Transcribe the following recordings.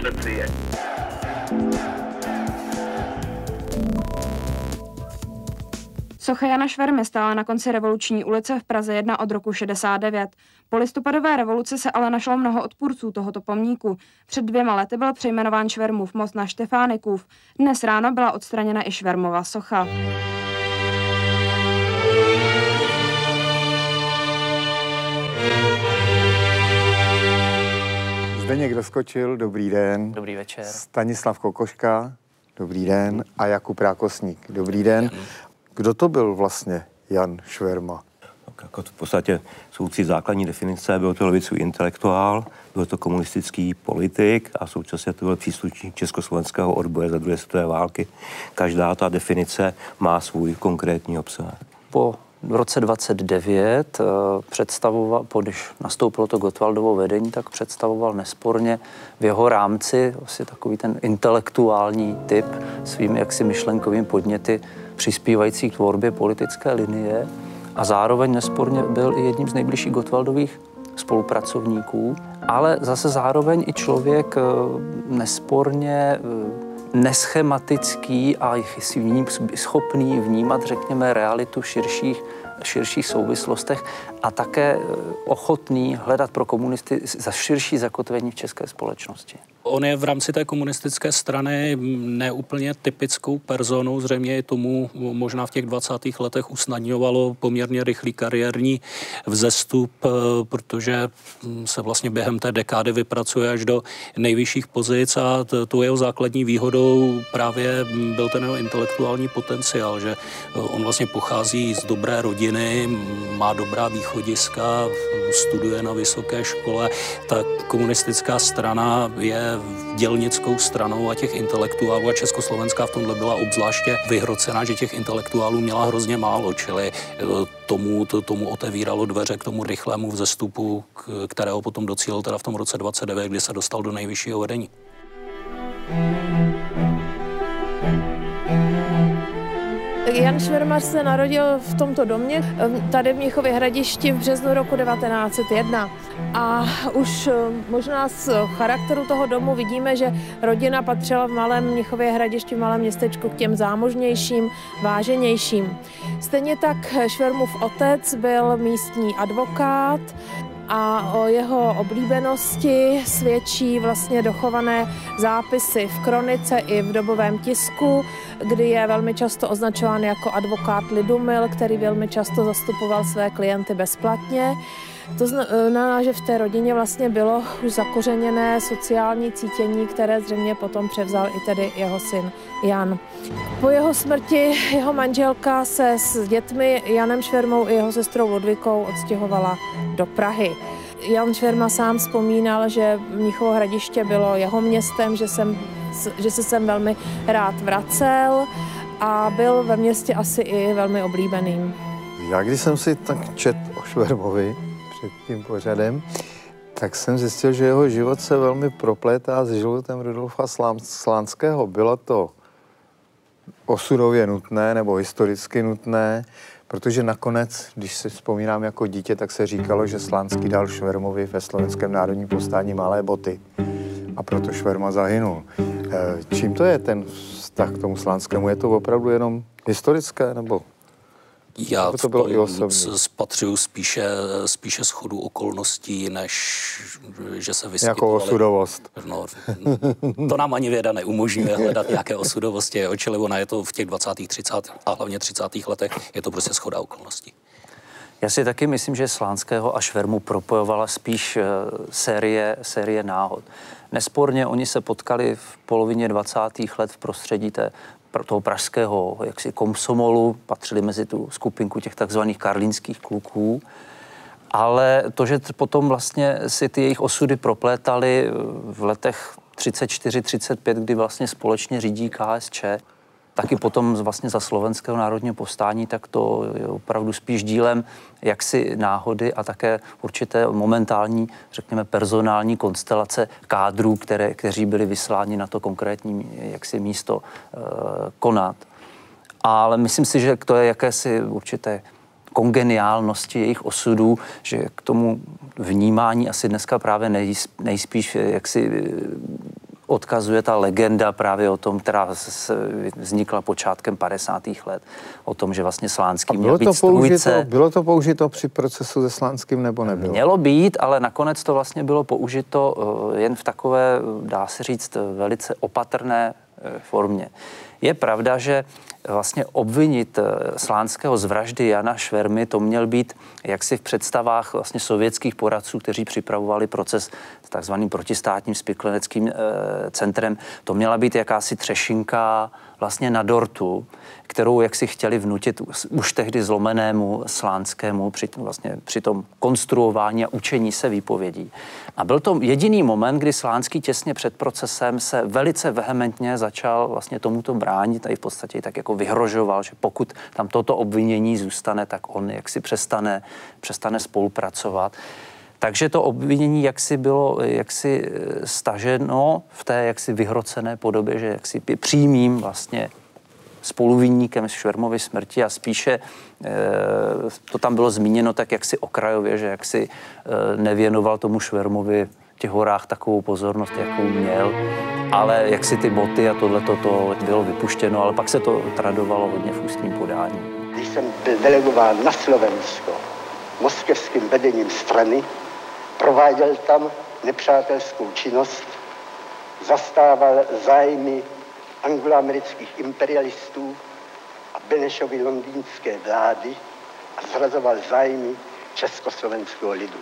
demokracie. Socha Jana Švermy stála na konci Revoluční ulice v Praze 1 od roku 69. Po listopadové revoluci se ale našlo mnoho odpůrců tohoto pomníku. Před 2 lety byl přejmenován Švermův most na Štefánikův. Dnes ráno byla odstraněna i Švermova socha. Zdeněk Doskočil, dobrý den. Dobrý večer. Stanislav Kokoška, dobrý den. A Jakub Rákosník, dobrý den. Kdo to byl vlastně Jan Šverma? Jako v podstatě jsou 3 základní definice. Byl to levicový intelektuál, byl to komunistický politik a současně to byl příslušník československého odboje za druhé světové války. Každá ta definice má svůj konkrétní obsah. Po roce 29 když nastoupilo to Gottwaldovo vedení, tak představoval nesporně v jeho rámci asi takový ten intelektuální typ svými jaksi myšlenkovými podněty přispívající k tvorbě politické linie a zároveň nesporně byl i jedním z nejbližších Gottwaldových spolupracovníků, ale zase zároveň i člověk nesporně neschematický a schopný vnímat, řekněme, realitu v širších souvislostech a také ochotný hledat pro komunisty za širší zakotvení v české společnosti. On je v rámci té komunistické strany neúplně typickou personou, zřejmě tomu možná v těch 20. letech usnadňovalo poměrně rychlý kariérní vzestup, protože se vlastně během té dekády vypracuje až do nejvyšších pozic a tou jeho základní výhodou právě byl ten jeho intelektuální potenciál, že on vlastně pochází z dobré rodiny, má dobrá východiska, studuje na vysoké škole, ta komunistická strana je dělnickou stranou a těch intelektuálů a Československá v tomhle byla obzvláště vyhrocená, že těch intelektuálů měla hrozně málo, čili tomu otevíralo dveře k tomu rychlému vzestupu, kterého potom docílil teda v tom roce 29, kdy se dostal do nejvyššího vedení. Jan Šverma se narodil v tomto domě, tady v Mnichově Hradišti v březnu roku 1901. A už možná z charakteru toho domu vidíme, že rodina patřila v malém Mnichově Hradišti, v malém městečku k těm zámožnějším, váženějším. Stejně tak Švermův otec byl místní advokát, a o jeho oblíbenosti svědčí vlastně dochované zápisy v kronice i v dobovém tisku, kdy je velmi často označován jako advokát Lidumil, který velmi často zastupoval své klienty bezplatně. To znamená, že v té rodině vlastně bylo už zakořeněné sociální cítění, které zřejmě potom převzal i tedy jeho syn Jan. Po jeho smrti jeho manželka se s dětmi Janem Švermou i jeho sestrou Ludvikou odstěhovala do Prahy. Jan Šverma sám vzpomínal, že Mnichovo Hradiště bylo jeho městem, že se sem velmi rád vracel a byl ve městě asi i velmi oblíbeným. Já když jsem si tak četl o Švermovi před tím pořadem, tak jsem zjistil, že jeho život se velmi proplétá s životem Rudolfa Slánského. Bylo to osudově nutné nebo historicky nutné, protože nakonec, když si vzpomínám jako dítě, tak se říkalo, že Slánský dal Švermovi ve Slovenském národním povstání malé boty a proto Šverma zahynul. Čím to je ten vztah k tomu Slánskému? Je to opravdu jenom historické nebo? Já to bylo i osobní. Spatřuju spíše shodu okolností, než že se vyskytovaly. Jako osudovost. No, to nám ani věda neumožňuje hledat nějaké osudovosti, čili ona je to v těch 20., 30. a hlavně 30. letech, je to prostě shoda okolností. Já si taky myslím, že Slánského a Švermu propojovala spíš série náhod. Nesporně oni se potkali v polovině 20. let v prostředí toho pražského komsomolu, patřili mezi tu skupinku těch takzvaných karlínských kluků, ale to, že potom vlastně si ty jejich osudy proplétaly v letech 34-35, kdy vlastně společně řídí KSČ, taky potom vlastně za Slovenského národního povstání, tak to je opravdu spíš dílem jaksi náhody a také určité momentální, řekněme, personální konstelace kádrů, kteří byli vysláni na to konkrétní jaksi místo konat. Ale myslím si, že to je jakési určité kongeniálnosti jejich osudů, že k tomu vnímání asi dneska právě nejspíš jaksi odkazuje ta legenda právě o tom, která vznikla počátkem 50. let, o tom, že vlastně Slánský měl být strůjce. Bylo to použito při procesu se Slánským nebo nebylo? Mělo být, ale nakonec to vlastně bylo použito jen v takové, dá se říct, velice opatrné formě. Je pravda, že vlastně obvinit Slánského z vraždy Jana Švermy, to měl být jaksi v představách vlastně sovětských poradců, kteří připravovali proces s takzvaným protistátním spikleneckým centrem. To měla být jakási třešinka vlastně na dortu, kterou jaksi chtěli vnutit už tehdy zlomenému Slánskému při tom konstruování a učení se výpovědí. A byl to jediný moment, kdy Slánský těsně před procesem se velice vehementně začal vlastně tomuto bránit a i v podstatě tak jako vyhrožoval, že pokud tam toto obvinění zůstane, tak on jaksi přestane spolupracovat. Takže to obvinění jaksi bylo jaksi staženo v té jaksi vyhrocené podobě, že jaksi přímým vlastně spoluviníkem Švermovy smrti a spíše to tam bylo zmíněno tak jaksi okrajově, že jaksi nevěnoval tomu Švermovi v těch horách takovou pozornost, jakou měl, ale jaksi ty boty a tohleto to bylo vypuštěno, ale pak se to tradovalo hodně v ústním podání. Když jsem byl delegován na Slovensko moskevským vedením strany, prováděl tam nepřátelskou činnost, zastával zájmy angloamerických imperialistů a Benešovy londýnské vlády a zrazoval zájmy československého lidu.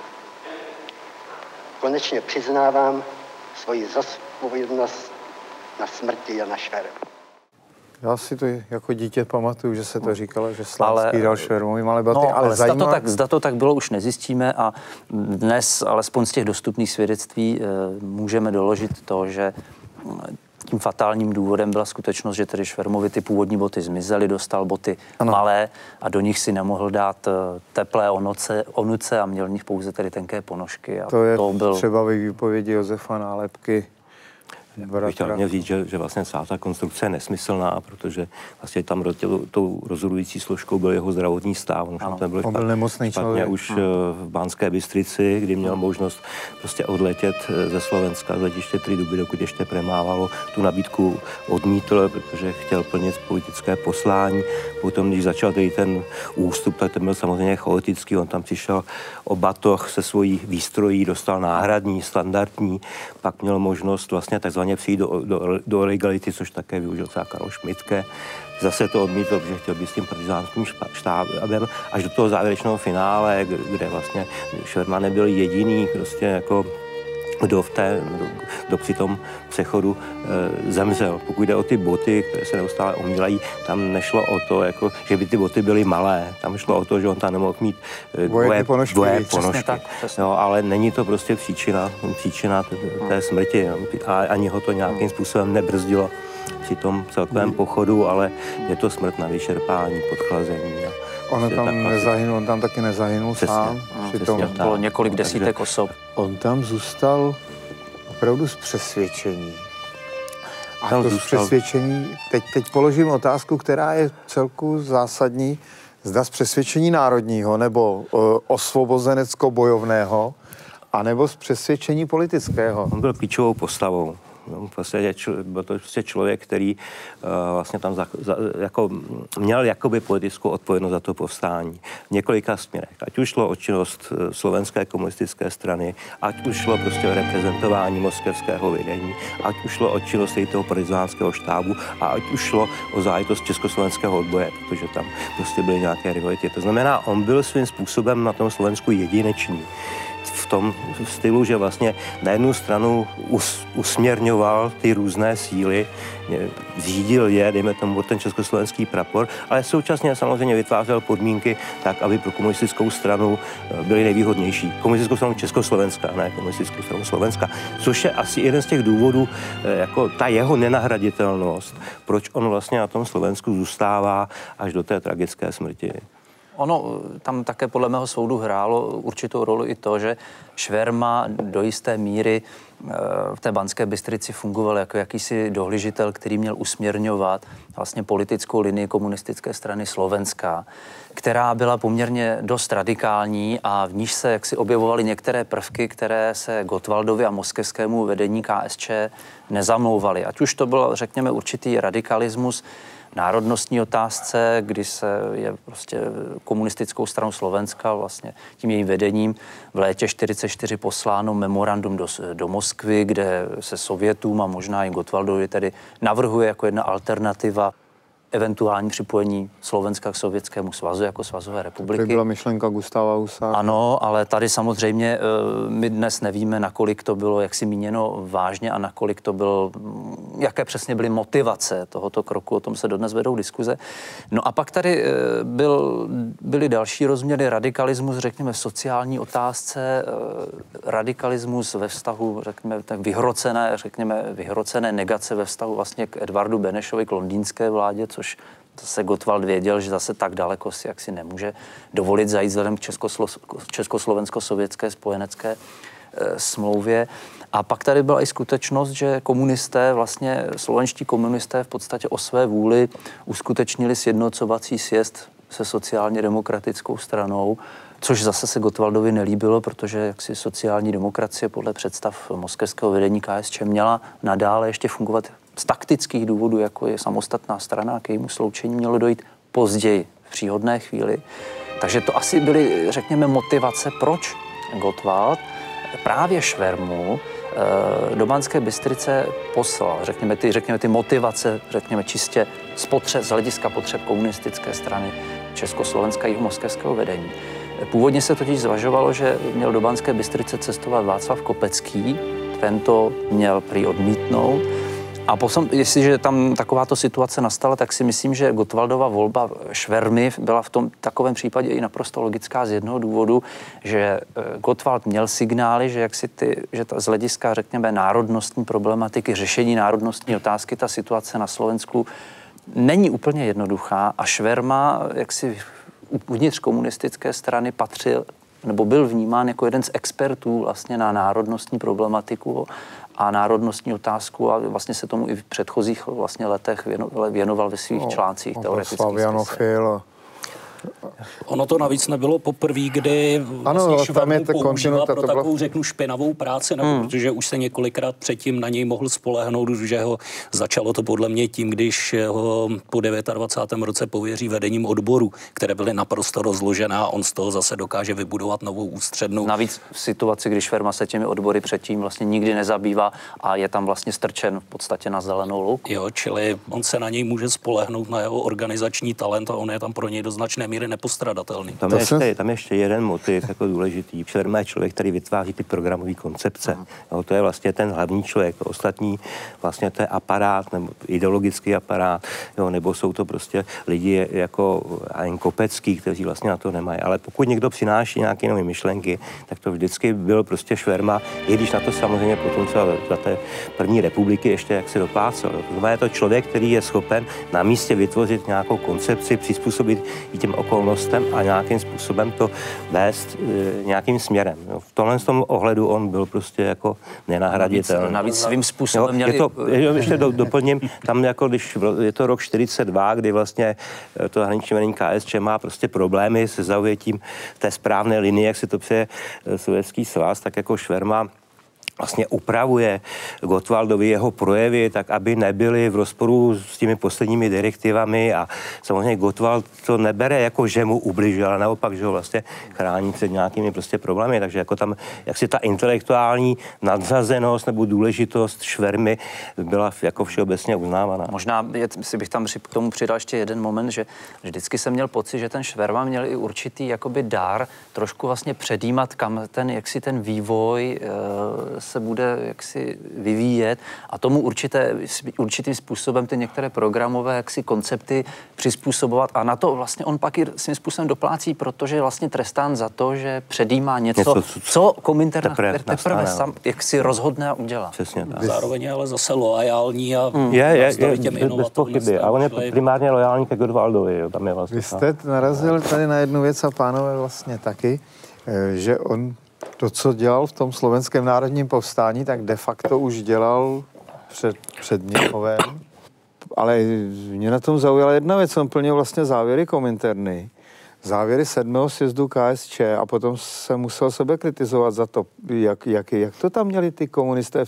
Konečně přiznávám svoji zodpovědnost na smrti Jana Švermy. Já si to jako dítě pamatuju, že se to říkalo, že Slánský dal Švermovi malé boty, ale zda to tak bylo, už nezjistíme a dnes alespoň z těch dostupných svědectví můžeme doložit to, že tím fatálním důvodem byla skutečnost, že tedy Švermovi ty původní boty zmizely, dostal boty malé a do nich si nemohl dát teplé onuce a měl v nich pouze tedy tenké ponožky. A to je třeba ve výpovědi Josefa Nálepky. Bych chtěl hlavně říct, že vlastně celá ta konstrukce je nesmyslná, protože vlastně tam tou rozhodující složkou byl jeho zdravotní stav. On byl nemocný člověk. Už v Banské Bystrici, kdy měl možnost prostě odletět ze Slovenska z letiště Triduby, dokud ještě premávalo. Tu nabídku odmítl, protože chtěl plnit politické poslání. Potom, když začal tady ten ústup, tak ten byl samozřejmě chaotický. On tam přišel o batoh se svojí výstrojí, dostal náhradní, standardní, pak měl možnost vlastně takzvaně přijít do legality, což také využil třeba Karol Šmitke. Zase to odmítl, protože chtěl být s tím partizánským štábem až do toho závěrečného finále, kde vlastně Šverma nebyl jediný, prostě jako kdo při tom přechodu zemřel. Pokud jde o ty boty, které se neustále omílají, tam nešlo o to, jako, že by ty boty byly malé. Tam šlo o to, že on tam nemohl mít dvoje ponožky. No, ale není to prostě příčina té smrti. A ani ho to nějakým způsobem nebrzdilo při tom celkovém pochodu, ale je to smrt na vyčerpání, podchlazení. On tam taky nezahynul sám. Bylo několik desítek osob. On tam zůstal opravdu z přesvědčení. A to z přesvědčení, teď položím otázku, která je celku zásadní, zda z přesvědčení národního nebo osvobozenecko-bojovného, anebo z přesvědčení politického. On byl klíčovou postavou. Byl to prostě člověk, který vlastně tam jako měl jakoby politickou odpovědnost za to povstání v několika směrech. Ať už šlo o činnost slovenské komunistické strany, ať už šlo prostě o reprezentování moskevského vedení, ať už šlo o činnost toho partizánského štábu a ať už šlo o záležitost československého odboje, protože tam prostě byly nějaké rivality. To znamená, on byl svým způsobem na tom Slovensku jedinečný. V tom stylu, že vlastně na jednu stranu usměrňoval ty různé síly, řídil je, dejme tomu ten československý prapor, ale současně samozřejmě vytvářel podmínky tak, aby pro komunistickou stranu byly nejvýhodnější. Komunistickou stranu Československa, ne komunistickou stranu Slovenska, což je asi jeden z těch důvodů, jako ta jeho nenahraditelnost, proč on vlastně na tom Slovensku zůstává až do té tragické smrti. Ono tam také podle mého soudu hrálo určitou roli i to, že Šverma do jisté míry v té Banské Bystrici fungoval jako jakýsi dohlížitel, který měl usměrňovat vlastně politickou linii komunistické strany Slovenska, která byla poměrně dost radikální a v níž se jaksi objevovaly některé prvky, které se Gottwaldovi a moskevskému vedení KSČ nezamlouvaly. Ať už to byl, řekněme, určitý radikalismus národnostní otázce, kdy se je prostě komunistickou stranou Slovenska vlastně tím jejím vedením v létě 1944 posláno memorandum do Moskvy, kde se Sovětům a možná i Gottwaldovi tedy navrhuje jako jedna alternativa eventuální připojení Slovenska k Sovětskému svazu jako svazové republiky. To byla myšlenka Gustáva Husáka. Ano, ale tady samozřejmě my dnes nevíme, nakolik to bylo jaksi míněno vážně a nakolik to bylo, jaké přesně byly motivace tohoto kroku, o tom se dodnes vedou diskuze. No a pak tady byly další rozměry, radikalismus, řekněme, v sociální otázce, radikalismus ve vztahu, řekněme, tak vyhrocené negace ve vztahu vlastně k Edvardu Benešovi, k londýnské vládě, což zase Gottwald věděl, že zase tak daleko si jaksi nemůže dovolit zajít vzhledem k československo-sovětské spojenecké smlouvě. A pak tady byla i skutečnost, že komunisté, vlastně slovenští komunisté v podstatě o své vůli uskutečnili sjednocovací sjezd se sociálně demokratickou stranou, což zase se Gottwaldovi nelíbilo, protože jaksi sociální demokracie podle představ moskevského vedení KSČ měla nadále ještě fungovat z taktických důvodů, jako je samostatná strana, k jejímu sloučení mělo dojít později, v příhodné chvíli. Takže to asi byly, řekněme, motivace, proč Gottwald právě Švermu do Banské Bystrice poslal, řekněme ty motivace, řekněme čistě z hlediska potřeb komunistické strany Československa i moskevského vedení. Původně se totiž zvažovalo, že měl do Banské Bystrice cestovat Václav Kopecký, ten to měl prý odmítnout. A potom, jestliže tam takováto situace nastala, tak si myslím, že Gottwaldova volba Švermy byla v tom takovém případě i naprosto logická z jednoho důvodu, že Gottwald měl signály, že z hlediska, řekněme, národnostní problematiky, řešení národnostní otázky, ta situace na Slovensku není úplně jednoduchá a Šverma jaksi uvnitř komunistické strany patřil nebo byl vnímán jako jeden z expertů vlastně na národnostní problematiku a národnostní otázku a vlastně se tomu i v předchozích vlastně letech věnoval ve svých článcích teoretických. Ono to navíc nebylo poprvé, kdy vlastně Švermu používá pro takovou, řeknu, špinavou práci, nebo protože už se několikrát předtím na něj mohl spolehnout, že ho začalo to podle mě tím, když ho po 29. roce pověří vedením odboru, které byly naprosto rozložená a on z toho zase dokáže vybudovat novou ústřednou. Navíc v situaci, kdy Šverma se těmi odbory předtím vlastně nikdy nezabývá a je tam vlastně strčen v podstatě na zelenou louku. Jo, čili on se na něj může spolehnout na jeho organizační talent a on je tam pro něj do značné míry nepostradatelný. Tam ještě jeden motiv jako důležitý. Šverma je člověk, který vytváří ty programové koncepce. Jo, to je vlastně ten hlavní člověk. To ostatní vlastně to je aparát nebo ideologický aparát, jo, nebo jsou to prostě lidi jako Jan Kopecký, kteří vlastně na to nemají. Ale pokud někdo přináší nějaké nové myšlenky, tak to vždycky byl prostě Šverma, i když na to samozřejmě potom třeba za té první republiky ještě jak se doplácel. To znamená, je to člověk, který je schopen na místě vytvořit nějakou koncepci, přizpůsobit i těm okolnostem a nějakým způsobem to vést nějakým směrem. Jo. V tomhle ohledu on byl prostě jako nenahraditelný. Navíc svým způsobem měli... Ještě doplním, tam jako když je to rok 42, kdy vlastně to zahraniční vedení KSČ má prostě problémy se zaujetím té správné linie, jak si to přeje Sovětský svaz, tak jako Šverma vlastně upravuje Gottwaldovi jeho projevy, tak aby nebyly v rozporu s těmi posledními direktivami a samozřejmě Gottwald to nebere jako, že mu ubližuje, ale naopak, že ho vlastně chrání před nějakými prostě problémy, takže jako tam, jak si ta intelektuální nadřazenost nebo důležitost Švermy byla jako všeobecně uznávaná. Možná si bych tam k tomu přidal ještě jeden moment, že vždycky jsem měl pocit, že ten Šverma měl i určitý jakoby dár trošku vlastně předjímat, kam ten, jak si ten vývoj se bude jaksi vyvíjet a tomu určitým způsobem ty některé programové jaksi koncepty přizpůsobovat a na to vlastně on pak i svým způsobem doplácí, protože je vlastně trestán za to, že předjímá něco co Komintern teprve sám jaksi rozhodne a udělá. Přesně tak. Zároveň je ale zase loajální a je bez pochyby. A on je primárně loajální ke Gottwaldovi, jo, tam je vlastně. Vy jste narazil tady na jednu věc a pánové vlastně taky, že on to, co dělal v tom slovenském národním povstání, tak de facto už dělal před Mnichovem. Ale mě na tom zaujala jedna věc, on plnil vlastně závěry Kominterny, závěry 7. sjezdu KSČ a potom se musel sebe kritizovat za to, jak to tam měli ty komunisté v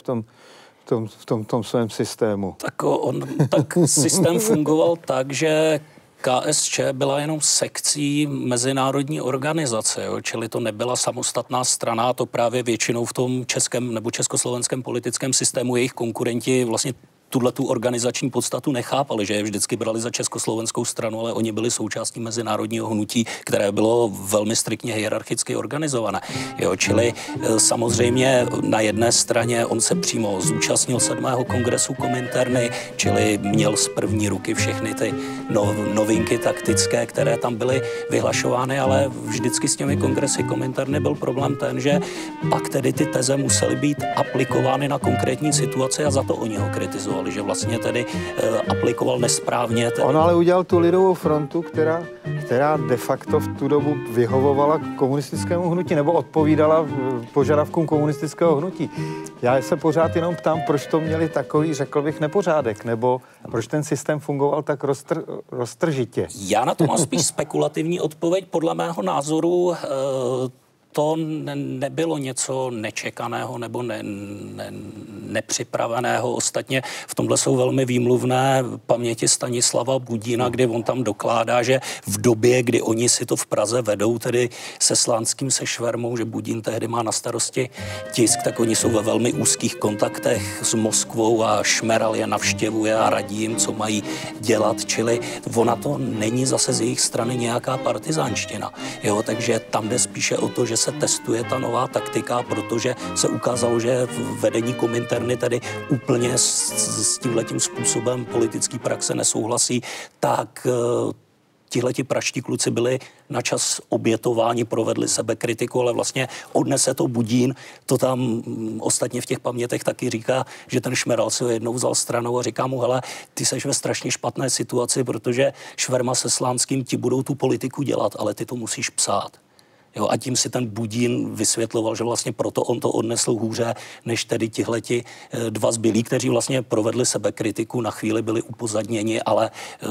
tom svém systému. Tak systém fungoval tak, že KSČ byla jenom sekcí mezinárodní organizace, jo? Čili to nebyla samostatná strana, to právě většinou v tom českém nebo československém politickém systému jejich konkurenti vlastně tu organizační podstatu nechápali, že je vždycky brali za československou stranu, ale oni byli součástí mezinárodního hnutí, které bylo velmi striktně hierarchicky organizované. Jo, čili samozřejmě na jedné straně on se přímo zúčastnil 7. kongresu Kominterny, čili měl z první ruky všechny ty novinky taktické, které tam byly vyhlašovány, ale vždycky s těmi kongresy Kominterny byl problém ten, že pak tedy ty teze musely být aplikovány na konkrétní situaci a za to oni ho kritizovali, že vlastně tedy aplikoval nesprávně. On ale udělal tu lidovou frontu, která de facto v tu dobu vyhovovala komunistickému hnutí nebo odpovídala požadavkům komunistického hnutí. Já se pořád jenom ptám, proč to měli takový, řekl bych, nepořádek, nebo proč ten systém fungoval tak roztržitě. Já na to mám spíš spekulativní odpověď. Podle mého názoru to nebylo něco nečekaného nebo nepřipraveného. Ostatně v tomhle jsou velmi výmluvné paměti Stanislava Budína, kdy on tam dokládá, že v době, kdy oni si to v Praze vedou, tedy se Slánským, se Švermou, že Budín tehdy má na starosti tisk, tak oni jsou ve velmi úzkých kontaktech s Moskvou a Šmeral je navštěvuje a radí jim, co mají dělat. Čili ona to není zase z jejich strany nějaká partizánština. Jo, takže tam jde spíše o to, že se testuje ta nová taktika, protože se ukázalo, že vedení Kominterny tedy úplně s tímhletím způsobem politický praxe nesouhlasí, tak tihleti praští kluci byli načas obětováni, provedli sebekritiku, ale vlastně odnese to Budín, to tam ostatně v těch pamětech taky říká, že ten Šmeral si ho jednou vzal stranou a říká mu, hele, ty seš ve strašně špatné situaci, protože Šverma se Slánským ti budou tu politiku dělat, ale ty to musíš psát. Jo, a tím si ten Budín vysvětloval, že vlastně proto on to odnesl hůře, než tedy tihleti dva zbylí, kteří vlastně provedli sebekritiku, na chvíli byli upozadněni, ale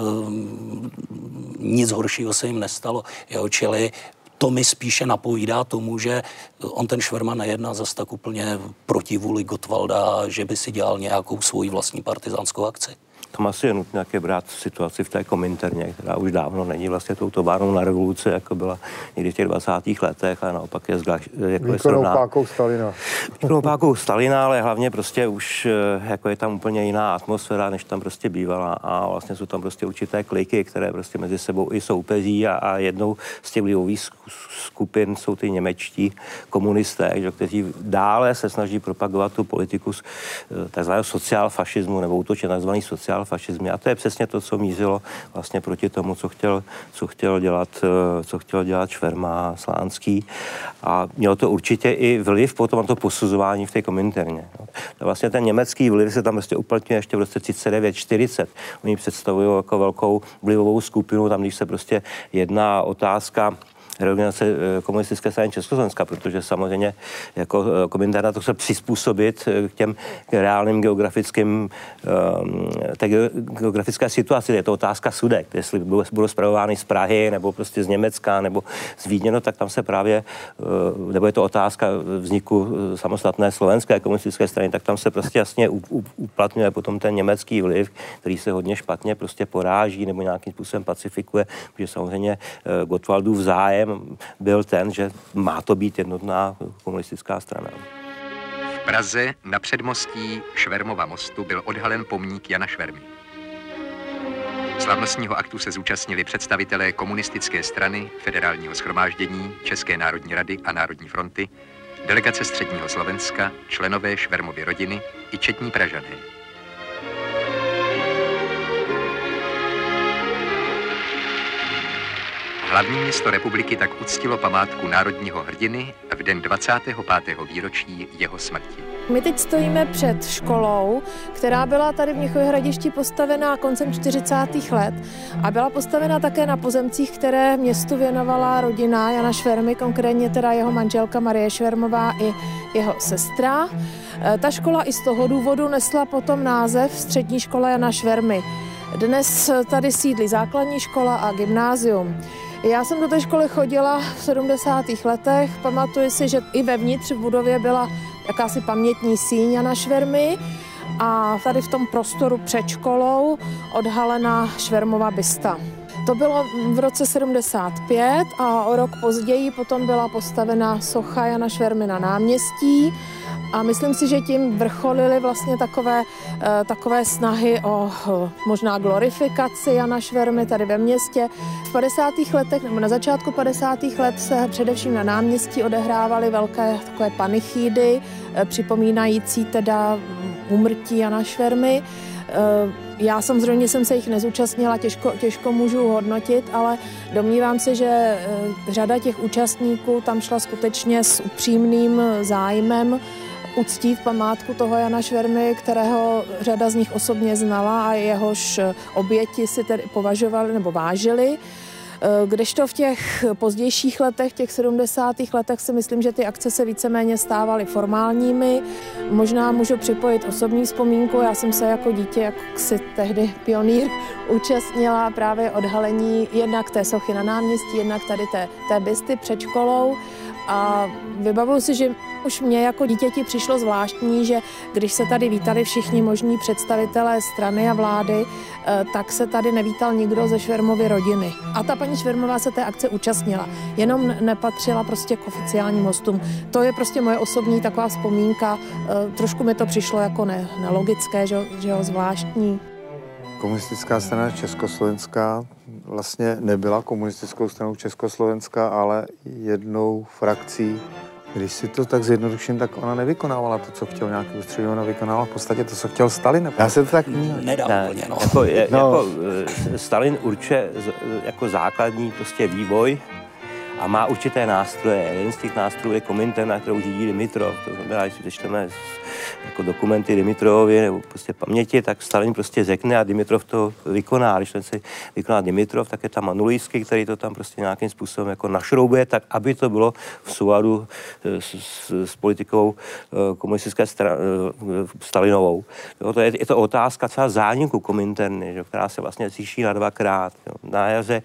nic horšího se jim nestalo. Jo, čili to mi spíše napovídá tomu, že on ten Šverma nejedná zas tak úplně proti vůli Gottwalda, že by si dělal nějakou svoji vlastní partizánskou akci. Tam asi je nutné brát situaci v té Kominterně, která už dávno není vlastně tou továrnou na revoluci, jako byla někdy v těch 20. letech, a naopak je výkonnou pákou Stalina. Výkonnou pákou Stalina, ale hlavně prostě už jako je tam úplně jiná atmosféra, než tam prostě bývala, a vlastně jsou tam prostě určité kliky, které prostě mezi sebou i soupeří, a jednou z těch vlivových skupin jsou ty němečtí komunisté, že, kteří dále se snaží propagovat tu politiku takzvaného sociálfašismu nebo útočit na takzvaný sociálfašismus. A to je přesně to, co mířilo vlastně proti tomu, co chtěl dělat Šverma a Slánský. A mělo to určitě i vliv potom na to posuzování v té Kominterně. Vlastně ten německý vliv se tam vlastně uplatňuje ještě v roce 39-40. Oni představují jako velkou vlivovou skupinu, tam když se prostě jedná otázka reorganizace komunistické strany Československa, protože samozřejmě jako Kominterna to chce přizpůsobit k těm reálným geografickým, té geografické situaci. Je to otázka Sudek, jestli budou spravovány z Prahy, nebo prostě z Německa, nebo z Vídně, no, tak tam se právě, nebo je to otázka vzniku samostatné slovenské komunistické strany, tak tam se prostě jasně uplatňuje potom ten německý vliv, který se hodně špatně prostě poráží nebo nějakým způsobem pacifikuje, protože samozřejmě Gottwaldův zájem byl ten, že má to být jednotná komunistická strana. V Praze na předmostí Švermova mostu byl odhalen pomník Jana Švermy. Slavnostního aktu se zúčastnili představitelé komunistické strany, Federálního shromáždění, České národní rady a Národní fronty, delegace středního Slovenska, členové Švermovy rodiny i četní Pražané. Hlavní město republiky tak uctilo památku národního hrdiny v den 25. výročí jeho smrti. My teď stojíme před školou, která byla tady v Mnichově Hradišti postavená koncem 40. let a byla postavena také na pozemcích, které městu věnovala rodina Jana Švermy, konkrétně teda jeho manželka Marie Švermová i jeho sestra. Ta škola i z toho důvodu nesla potom název Střední škola Jana Švermy. Dnes tady sídlí základní škola a gymnázium. Já jsem do té školy chodila v 70. letech, pamatuji si, že i vevnitř v budově byla jakási pamětní síň Jana Švermy a tady v tom prostoru před školou odhalená Švermova bysta. To bylo v roce 75 a o rok později potom byla postavena socha Jana Švermy na náměstí. A myslím si, že tím vrcholily vlastně takové snahy o možná glorifikaci Jana Švermy tady ve městě. V 50. letech nebo na začátku 50. let se především na náměstí odehrávaly velké takové panichídy, připomínající teda úmrtí Jana Švermy. Já samozřejmě jsem se jich nezúčastnila, těžko můžu hodnotit, ale domnívám se, že řada těch účastníků tam šla skutečně s upřímným zájmem uctít památku toho Jana Švermy, kterého řada z nich osobně znala a jehož oběti si tedy považovali nebo vážili. Kdežto v těch pozdějších letech, těch 70. letech si myslím, že ty akce se víceméně stávaly formálními. Možná můžu připojit osobní vzpomínku. Já jsem se jako dítě, jak si tehdy pionýr, účastnila právě odhalení jednak té sochy na náměstí, jednak tady té bysty před školou. A vybavuju si, že už mě jako dítěti přišlo zvláštní, že když se tady vítali všichni možní představitelé strany a vlády, tak se tady nevítal nikdo ze Švermovy rodiny. A ta paní Švermová se té akce účastnila, jenom nepatřila prostě k oficiálním hostům. To je prostě moje osobní taková vzpomínka. Trošku mi to přišlo jako nelogické, že jo, zvláštní. Komunistická strana Československá vlastně nebyla komunistickou stranou Československa, ale jednou frakcí. Když si to tak zjednoduším, tak ona nevykonávala to, co chtěl nějaký ústředí, ona vykonávala v podstatě to, co chtěl Stalin. Já se to tak nedá úplně, no. Jako Stalin určuje jako základní prostě vývoj a má určité nástroje. Jeden z těch nástrojů je Komintern, kterou řídí Dimitrov. To znamená, když si přečteme jako dokumenty Dimitrovovy nebo prostě paměti, tak Stalin prostě řekne a Dimitrov to vykoná. Když ten se vykoná Dimitrov, tak je tam Manulíský, který to tam prostě nějakým způsobem jako našroubuje, tak aby to bylo v souladu s politikou komunistické Stalinovou. Jo, je to otázka třeba zániku Kominterny, která se vlastně řeší na dvakrát. Jo. Na jaře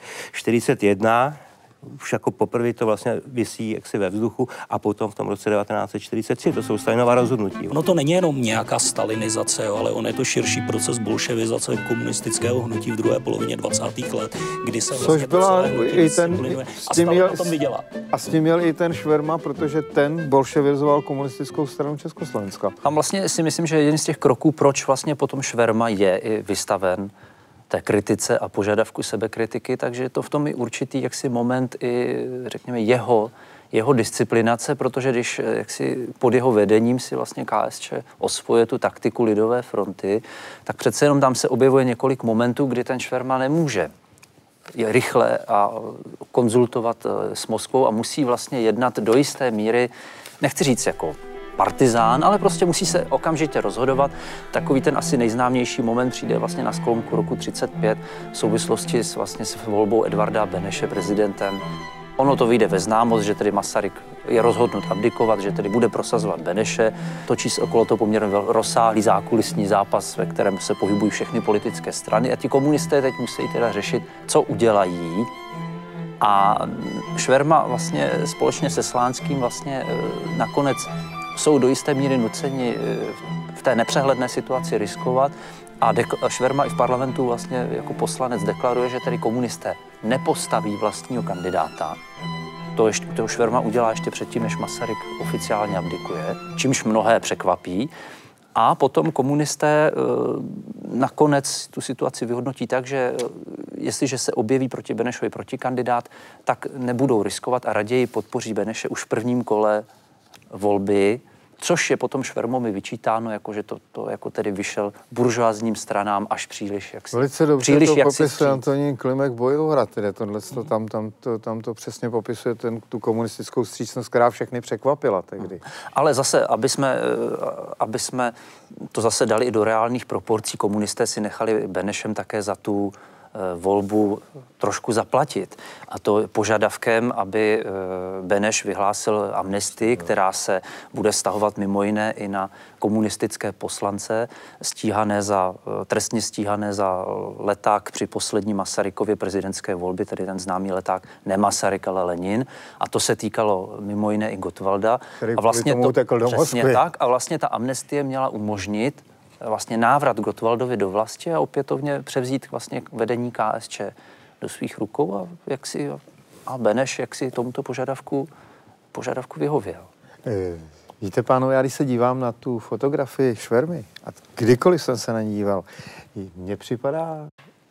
41 už jako poprvé to vlastně visí jaksi ve vzduchu a potom v tom roce 1943, to jsou Stalinova rozhodnutí. No to není jenom nějaká stalinizace, jo, ale on je to širší proces bolševizace komunistického hnutí v druhé polovině 20. let, kdy se vlastně byla i ten, a Stalin na tom vydělá. A s tím měl i ten Šverma, protože ten bolševizoval komunistickou stranu Československa. Tam vlastně si myslím, že jeden z těch kroků, proč vlastně potom Šverma je i vystaven té kritice a požadavku sebekritiky, takže je to v tom i určitý jaksi moment i, řekněme, jeho disciplinace, protože když jaksi pod jeho vedením si vlastně KSČ osvojuje tu taktiku Lidové fronty, tak přece jenom tam se objevuje několik momentů, kdy ten Šverma nemůže je rychle a konzultovat s Moskvou a musí vlastně jednat do jisté míry, nechci říct jako partizán, ale prostě musí se okamžitě rozhodovat. Takový ten asi nejznámější moment přijde vlastně na sklonku roku 1935 v souvislosti s volbou Edvarda Beneše prezidentem. Ono to vyjde ve známost, že tedy Masaryk je rozhodnut abdikovat, že tedy bude prosazovat Beneše. Točí se okolo toho poměrně rozsáhlý zákulisní zápas, ve kterém se pohybují všechny politické strany a ti komunisté teď musí teda řešit, co udělají. A Šverma vlastně společně se Slánským vlastně nakonec jsou do jisté míry nuceni v té nepřehledné situaci riskovat a Šverma i v parlamentu vlastně jako poslanec deklaruje, že tedy komunisté nepostaví vlastního kandidáta. To Šverma udělá ještě předtím, než Masaryk oficiálně abdikuje, čímž mnohé překvapí. A potom komunisté nakonec tu situaci vyhodnotí tak, že jestliže se objeví proti Benešovi protikandidát, tak nebudou riskovat a raději podpoří Beneše už v prvním kole volby, což je potom Švermovi vyčítáno, jako že to jako tedy vyšel buržoázním stranám až příliš jaksi. Velice dobře to popisuje Antonín Klimek Bojovrat, tedy tohleto, tam to přesně popisuje tu komunistickou vstřícnost, která všechny překvapila tehdy. Ale zase, aby jsme to zase dali i do reálných proporcí, komunisté si nechali Benešem také za tu volbu trošku zaplatit. A to požadavkem, aby Beneš vyhlásil amnestii, která se bude vztahovat mimo jiné i na komunistické poslance, trestně stíhané za leták při poslední Masarykově prezidentské volbě, tedy ten známý leták ne Masaryk, ale Lenin. A to se týkalo mimo jiné i Gottwalda. A vlastně přesně tak. A vlastně ta amnestie měla umožnit vlastně návrat Gottwaldovi do vlasti a opětovně převzít vlastně vedení KSČ do svých rukou a Beneš jaksi tomuto požadavku vyhověl. Víte, pánové, já když se dívám na tu fotografii Švermy, a kdykoliv jsem se na ní díval, mně připadá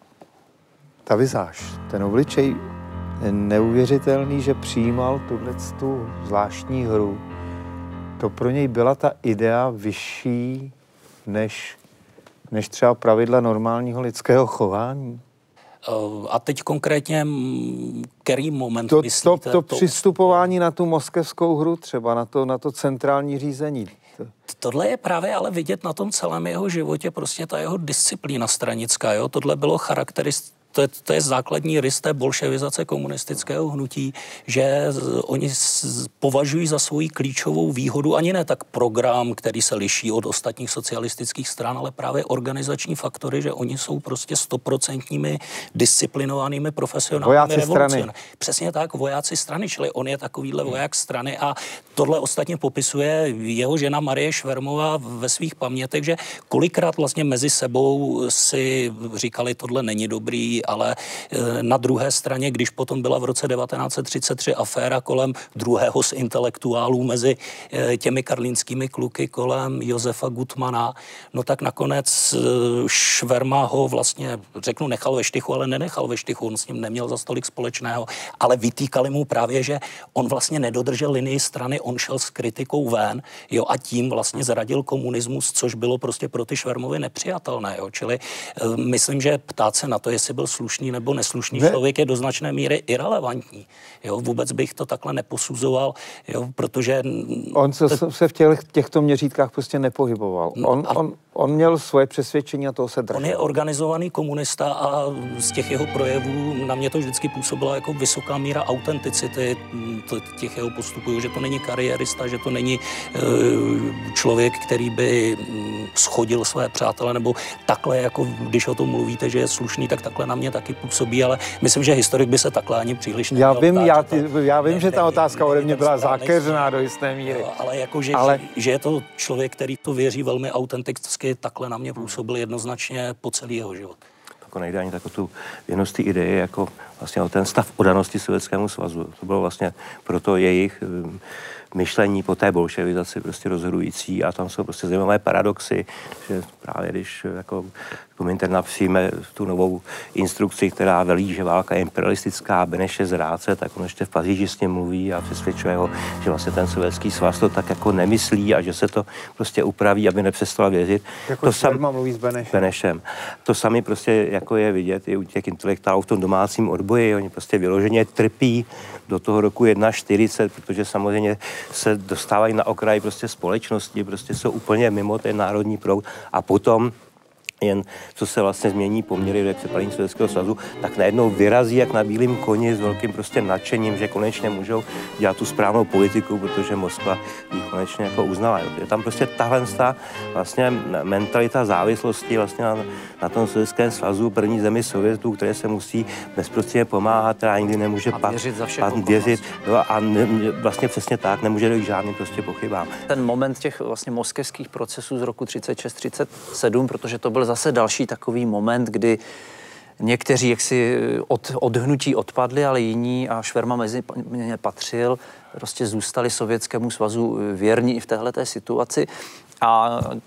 ta vizáž, ten obličej neuvěřitelný, že přijímal tu zvláštní hru. To pro něj byla ta idea vyšší než třeba pravidla normálního lidského chování. A teď konkrétně, který moment myslíte? To přistupování na tu moskevskou hru třeba, na to centrální řízení. Tohle je právě ale vidět na tom celém jeho životě, prostě ta jeho disciplína stranická, jo? Tohle bylo charakteristické. To je základní rys té bolševizace komunistického hnutí, že oni považují za svoji klíčovou výhodu ani ne tak program, který se liší od ostatních socialistických stran, ale právě organizační faktory, že oni jsou prostě 100% disciplinovanými profesionálními revolucionáři. Přesně tak, vojáci strany, čili on je takovýhle voják strany a tohle ostatně popisuje jeho žena Marie Švermová ve svých pamětech, že kolikrát vlastně mezi sebou si říkali, tohle není dobrý, ale na druhé straně, když potom byla v roce 1933 aféra kolem druhého z intelektuálů mezi těmi karlínskými kluky kolem Josefa Gutmana, no tak nakonec Šverma ho vlastně, řeknu, nechal ve štychu, ale nenechal ve štychu, on s ním neměl za tolik společného, ale vytýkali mu právě, že on vlastně nedodržel linii strany, on šel s kritikou ven, jo, a tím vlastně zradil komunismus, což bylo prostě pro ty Švermovy nepřijatelné, jo, čili myslím, že ptát se na to, jestli byl slušný nebo neslušný člověk, je do značné míry irelevantní. Jo, vůbec bych to takhle neposuzoval, jo, protože... On se v těchto měřítkách prostě nepohyboval. On měl svoje přesvědčení a toho se držel. On je organizovaný komunista a z těch jeho projevů na mě to vždycky působila jako vysoká míra autenticity těch jeho postupů, že to není kariérista, že to není člověk, který by schodil své přátele, nebo takhle, jako když o tom mluvíte, že je slušný, tak takhle na mě taky působí, ale myslím, že historik by se takhle ani příliš neměl ptát. Já vím, že ta otázka ode mě byla zákeřná do jisté míry. Ale jakože, že je to člověk, který to věří velmi autenticky, takhle na mě působil jednoznačně po celý jeho život. Jako nejde ani tak o tu věrnost té ideje, jako vlastně o ten stav oddanosti Sovětskému svazu. To bylo vlastně proto jejich myšlení po té bolševizaci prostě rozhodující a tam jsou prostě zajímavé paradoxy, že právě když jako Komintern přijme tu novou instrukci, která velí, že válka je imperialistická, Beneš je zrádce, tak on ještě v Paříži s ním mluví a přesvědčuje ho, že vlastně ten Sovětský svaz to tak jako nemyslí a že se to prostě upraví, aby nepřestal věřit. Jako to sam mluví s Benešem. To sami prostě jako je vidět i u těch intelektuálů v tom domácím odboji, oni prostě vyloženě trpí do toho roku 41, protože samozřejmě se dostávají na okraj prostě společnosti, prostě jsou úplně mimo ten národní proud a potom jen co se vlastně změní poměry v přepadení Sovětského svazu, tak najednou vyrazí jak na bílém koni s velkým prostě nadšením, že konečně můžou dělat tu správnou politiku, protože Moskva ji konečně jako uznala. Je tam prostě tahle vlastně mentalita závislosti vlastně na tom Sovětském svazu, první zemi Sovětů, které se musí bezprostředně pomáhat, která nikdy nemůže věřit a vlastně přesně tak, nemůže dojít žádným prostě pochybám. Ten moment těch vlastně moskevských procesů z roku 36-37, protože to byl zase další takový moment, kdy někteří jaksi od hnutí odpadli, ale jiní, a Šverma mezi ně patřil, prostě zůstali Sovětskému svazu věrní i v téhleté situaci. A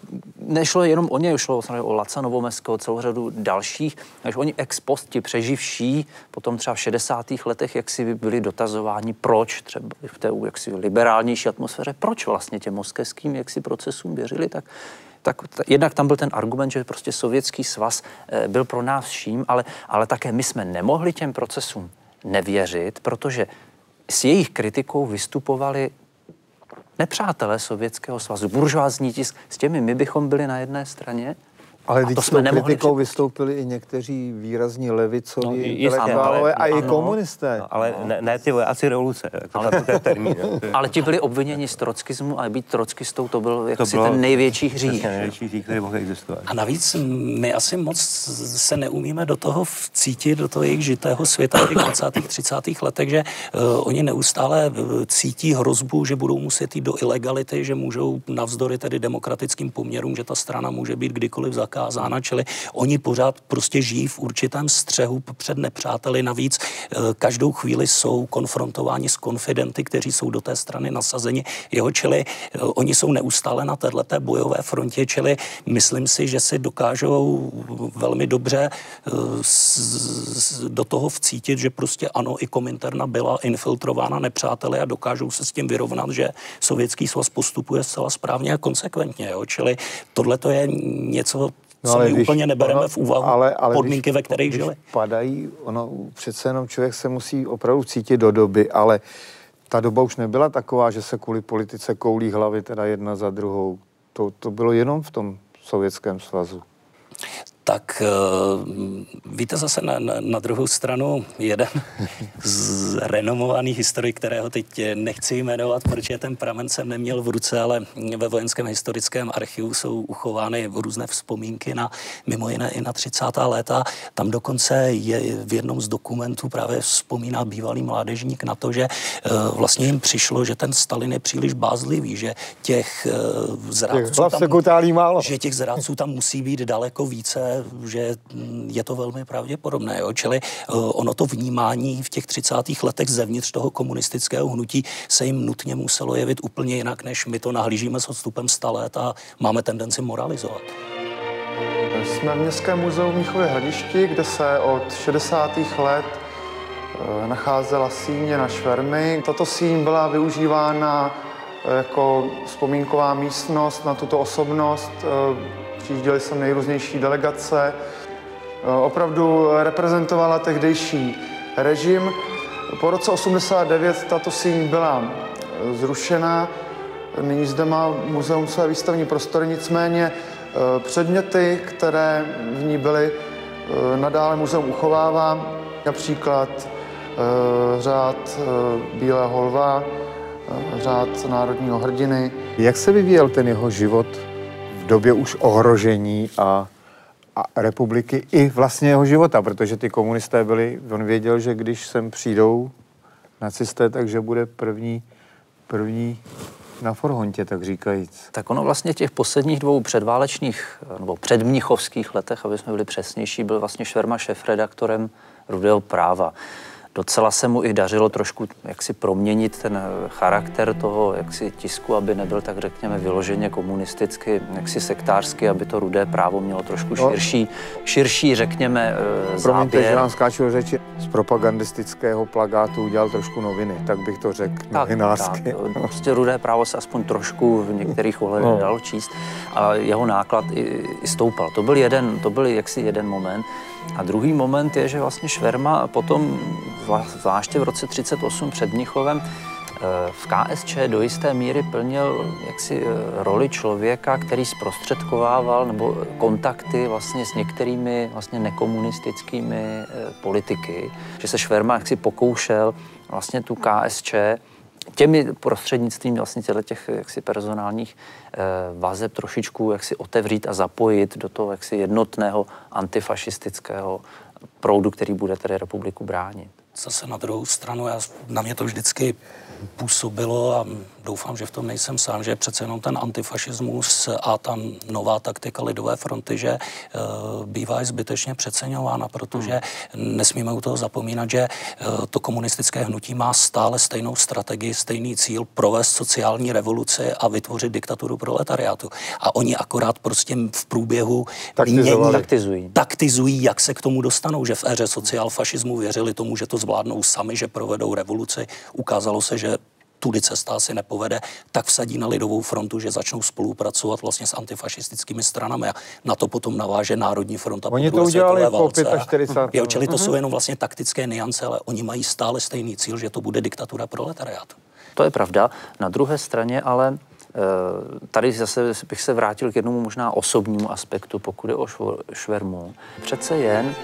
nešlo jenom o ně, šlo o Laca Novomeského, celou řadu dalších, takže oni ex post, ti přeživší, potom třeba v 60. letech, jak si byli dotazováni, proč třeba v té jaksi liberálnější atmosféře, proč vlastně těm moskevským jaksi procesům věřili, tak jednak tam byl ten argument, že prostě Sovětský svaz byl pro nás vším, ale také my jsme nemohli těm procesům nevěřit, protože s jejich kritikou vystupovali nepřátelé Sovětského svazu, buržoázní tisk, s těmi my bychom byli na jedné straně. Ale když s tou kritikou vystoupili i někteří výrazní levicoví intelektuálové a i komunisté. No, ale ne ty vojáci revoluce. To termín, ale ti byli obviněni z trockismu a být trockistou to byl jaksi ten největší hřích. Největší hřích, který mohl existovat. A navíc my asi moc se neumíme do toho vcítit, do toho jejich žitého světa v těch 20. 30. letech, že oni neustále cítí hrozbu, že budou muset jít do ilegality, že můžou navzdory tedy demokratickým poměrům, že ta strana může být kdykoliv zakázána, čili oni pořád prostě žijí v určitém střehu před nepřáteli. Navíc každou chvíli jsou konfrontováni s konfidenty, kteří jsou do té strany nasazeni. Čili oni jsou neustále na této bojové frontě, čili myslím si, že si dokážou velmi dobře do toho vcítit, že prostě ano, i Kominterna byla infiltrována nepřáteli a dokážou se s tím vyrovnat, že Sovětský svaz postupuje zcela správně a konsekventně. Čili tohle to je něco, co my úplně nebereme v úvahu, ale podmínky, ve kterých žili. Padají, přece jenom člověk se musí opravdu cítit do doby, ale ta doba už nebyla taková, že se kvůli politice koulí hlavy teda jedna za druhou. To bylo jenom v tom Sovětském svazu. Tak víte zase na druhou stranu jeden z renomovaných historiků, kterého teď nechci jmenovat, protože ten pramen jsem neměl v ruce, ale ve Vojenském historickém archivu jsou uchovány různé vzpomínky na mimo jiné i na 30. léta. Tam dokonce je v jednom z dokumentů právě vzpomíná bývalý mládežník na to, že vlastně jim přišlo, že ten Stalin je příliš bázlivý, že těch zrádců tam musí být daleko více, že je to velmi pravděpodobné. Čili ono to vnímání v těch 30. letech zevnitř toho komunistického hnutí se jim nutně muselo jevit úplně jinak, než my to nahlížíme s odstupem 100 let a máme tendenci moralizovat. Jsme v Městském muzeu v Mnichově Hradišti, kde se od 60. let nacházela síň na švermy. Tato síň byla využívána jako vzpomínková místnost na tuto osobnost. Přijížděly sem nejrůznější delegace. Opravdu reprezentovala tehdejší režim. Po roce 89 tato síň byla zrušena. Nyní zde má muzeum své výstavní prostory, nicméně předměty, které v ní byly, nadále muzeum uchovává. Například řád Bílého lva, řád národního hrdiny. Jak se vyvíjel ten jeho život v době už ohrožení a republiky i vlastně jeho života, protože ty komunisté byli, on věděl, že když sem přijdou nacisté, takže bude první na forhontě, tak říkajíc. Tak ono vlastně těch posledních dvou předválečných nebo předmnichovských letech, aby jsme byli přesnější, byl vlastně Šverma šéfredaktorem Rudého práva. Docela se mu i dařilo trošku jaksi proměnit ten charakter toho jaksi tisku, aby nebyl tak řekněme vyloženě komunisticky, jaksi sektářsky, aby to Rudé právo mělo trošku širší řekněme Promiňte, že vám skáču do řeči. Z propagandistického plagátu udělal trošku noviny, tak bych to řekl novinářsky. Tak, prostě Rudé právo se aspoň trošku v některých ohledech dalo číst a jeho náklad i stoupal. To byl jaksi jeden moment. A druhý moment je, že vlastně Šverma potom, zvláště v roce 1938 před Mnichovem, v KSČ do jisté míry plnil jaksi roli člověka, který zprostředkovával nebo kontakty vlastně s některými vlastně nekomunistickými politiky, že se Šverma jaksi pokoušel vlastně tu KSČ těmi prostřednictvím vlastně těch jaksi personálních vazeb trošičku jaksi otevřít a zapojit do toho jaksi jednotného antifašistického proudu, který bude tedy republiku bránit. Zase na druhou stranu, na mě to vždycky působilo a doufám, že v tom nejsem sám, že je přece jenom ten antifašismus a ta nová taktika Lidové fronty, že bývá i zbytečně přeceňována, protože nesmíme u toho zapomínat, že to komunistické hnutí má stále stejnou strategii, stejný cíl provést sociální revoluci a vytvořit diktaturu proletariátu. A oni akorát prostě v průběhu taktizují, jak se k tomu dostanou, že v éře sociálfašismu věřili tomu, že to zvládnou sami, že provedou revoluci. Ukázalo se, že tudy cesta si nepovede, tak vsadí na Lidovou frontu, že začnou spolupracovat vlastně s antifašistickými stranami a na to potom naváže Národní fronta. Oni to udělali po 45. Jo, čili to jsou jenom vlastně taktické niance, ale oni mají stále stejný cíl, že to bude diktatura proletariátu. To je pravda. Na druhé straně ale tady zase bych se vrátil k jednomu možná osobnímu aspektu, pokud je o Švermu. Přece jen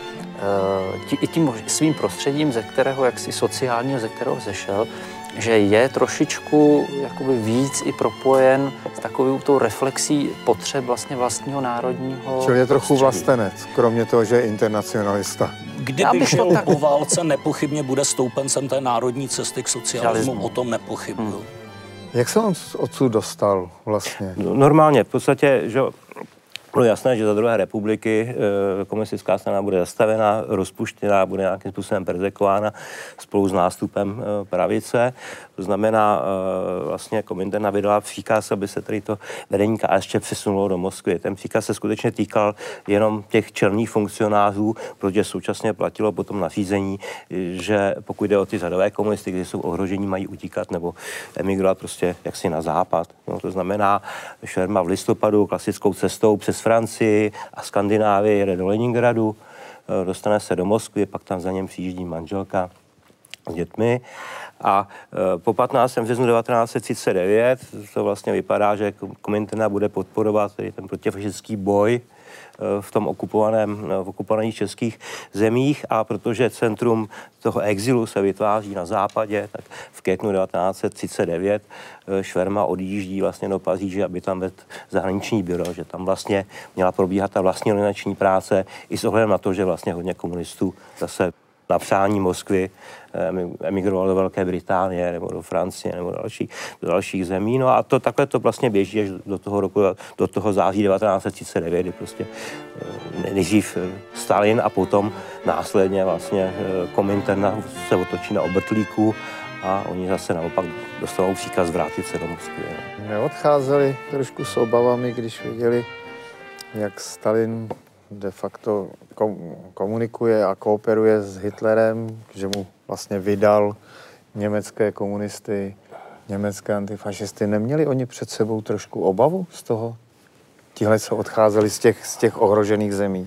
i tím svým prostředím, ze kterého, jaksi sociálního, ze kterého zešel, že je trošičku jakoby víc i propojen s takovou tou reflexí potřeb vlastně vlastního národního. Čili je trochu vlastenec, kromě toho, že je internacionalista. Kdyby šel po válce, nepochybně bude stoupencem té národní cesty k socialismu, o tom nepochybuju. Jak se on odsud dostal vlastně? Normálně, v podstatě, že bylo jasné, že za druhé republiky komunistická strana bude zastavená, rozpuštěná, bude nějakým způsobem perzekvována spolu s nástupem pravice. To znamená, vlastně Kominterna vydala příkaz, aby se tady to vedení KSČ přesunulo do Moskvy. Ten příkaz se skutečně týkal jenom těch čelných funkcionářů, protože současně platilo potom nařízení, že pokud jde o ty řadové komunisty, kteří jsou ohrožení, mají utíkat nebo emigrovat prostě jaksi na západ. No, to znamená, Šverma v listopadu klasickou cestou přes Francii a Skandinávii jede do Leningradu, dostane se do Moskvy, pak tam za něm přijíždí manželka s dětmi. A po 15. březnu 1939 to vlastně vypadá, že Kominterna bude podporovat ten protifašistický boj v tom okupovaných českých zemích, a protože centrum toho exilu se vytváří na západě, tak v květnu 1939 Šverma odjíždí vlastně do Paříže, aby tam vedl zahraniční biro, že tam vlastně měla probíhat ta vlastní organizační práce i s ohledem na to, že vlastně hodně komunistů zase na přání Moskvy emigrovalo do Velké Británie nebo do Francie nebo do dalších zemí. No a takhle to vlastně běží až do toho září 1939, kdy prostě nejdřív Stalin a potom následně vlastně Kominterna se otočí na obrtlíku a oni zase naopak dostanou příkaz vrátit se do Moskvy. Neodcházeli trošku s obavami, když viděli, jak Stalin de facto komunikuje a kooperuje s Hitlerem, že mu vlastně vydal německé komunisty, německé antifašisty. Neměli oni před sebou trošku obavu z toho? Tihle, co odcházeli z těch ohrožených zemí?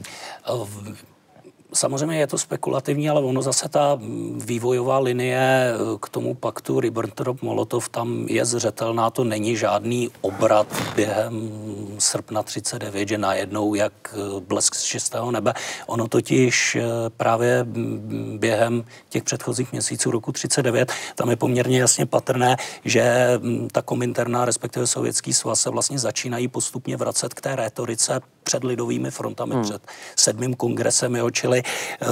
Samozřejmě je to spekulativní, ale ono zase ta vývojová linie k tomu paktu Ribbentrop-Molotov tam je zřetelná. To není žádný obrat během srpna 39, že najednou jak blesk z čistého nebe. Ono totiž právě během těch předchozích měsíců roku 39 tam je poměrně jasně patrné, že ta Kominterna, respektive Sovětský svaz, se vlastně začínají postupně vracet k té rétorice před lidovými frontami, před 7. kongresem, čili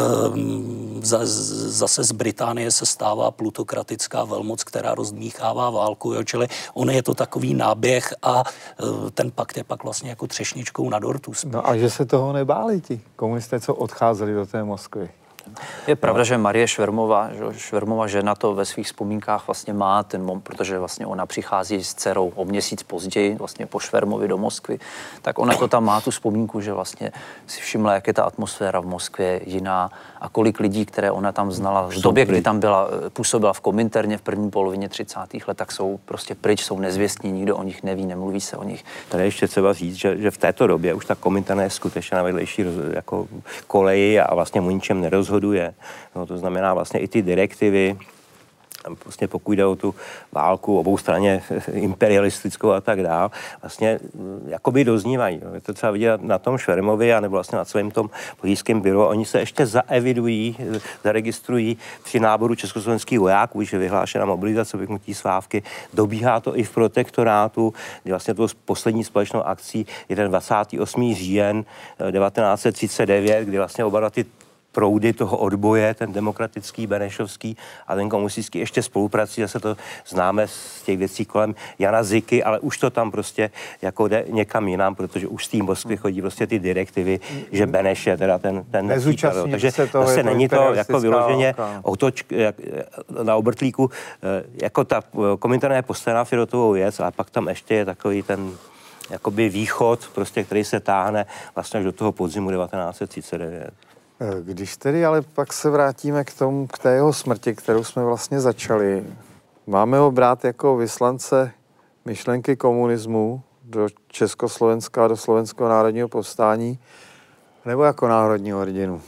zase z Británie se stává plutokratická velmoc, která rozdmíchává válku, čili on je to takový náběh a ten pakt je pak vlastně jako třešničkou na dortu. No a že se toho nebáli ti komunisté, co odcházeli do té Moskvy? Je pravda, že Marie Švermova žena to ve svých vzpomínkách vlastně má protože vlastně ona přichází s dcerou o měsíc později, vlastně po Švermovi do Moskvy, tak ona to tam má tu vzpomínku, že vlastně si všimla, jak je ta atmosféra v Moskvě jiná a kolik lidí, které ona tam znala v době, kdy tam působila v Kominterně v první polovině 30. let, tak jsou prostě pryč, jsou nezvěstní, nikdo o nich neví, nemluví se o nich. Tady ještě třeba říct, že v této době už ta Kominterna je skutečně na vedlejší jako koleji a vlastně o ničem nerozhoduje. No, to znamená vlastně i ty direktivy, vlastně pokud jde o tu válku obou straně imperialistickou a tak dál, vlastně jakoby doznívají. Je to třeba vidět na tom Švermovi a nebo vlastně na celém tom pařížském byru. Oni se ještě zaregistrují při náboru československých vojáků, že vyhlášená mobilizace, vyknutí svávky. Dobíhá to i v protektorátu, kdy vlastně to poslední společnou akcí je ten 28. říjen 1939, kdy vlastně oba ty proudy toho odboje, ten demokratický, benešovský a ten komunistický ještě spolupracují, zase to známe z těch věcí kolem Jana Ziky, ale už to tam prostě jako jde někam jinam, protože už z té Moskvy chodí prostě ty direktivy, že Beneš je teda ten nezúčastní. Takže zase není to jako vyloženě otoč na obrtlíku, jako ta Komintern je postavená Firotovou věc, a pak tam ještě je takový ten jakoby východ, prostě, který se táhne vlastně až do toho podzimu 1939. Když tedy ale pak se vrátíme k té jeho smrti, kterou jsme vlastně začali, máme ho brát jako vyslance myšlenky komunismu do Československa a do Slovenského národního povstání, nebo jako národního hrdinu?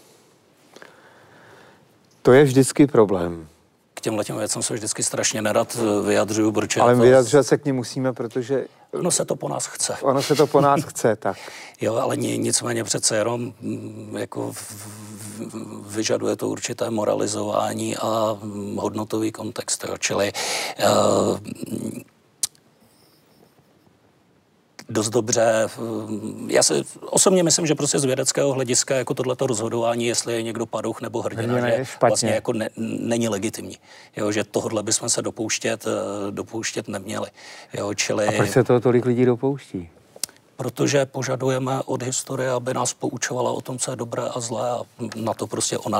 To je vždycky problém. K těmhletěm věcem se vždycky strašně nerad vyjadřuju, protože... Ale vyjadřovat se k ní musíme, protože... Ono se to po nás chce. Ono se to po nás chce, tak. Jo, ale nicméně přece jenom jako vyžaduje to určité moralizování a hodnotový kontext, jo. Čili dost dobře. Já si osobně myslím, že prostě z vědeckého hlediska jako tohleto rozhodování, jestli je někdo padouch nebo hrdina, že vlastně jako není legitimní. Jo, že tohle bychom se dopouštět neměli. Jo, čili... A proč se toho tolik lidí dopouští? Protože požadujeme od historie, aby nás poučovala o tom, co je dobré a zlé, a na to prostě ona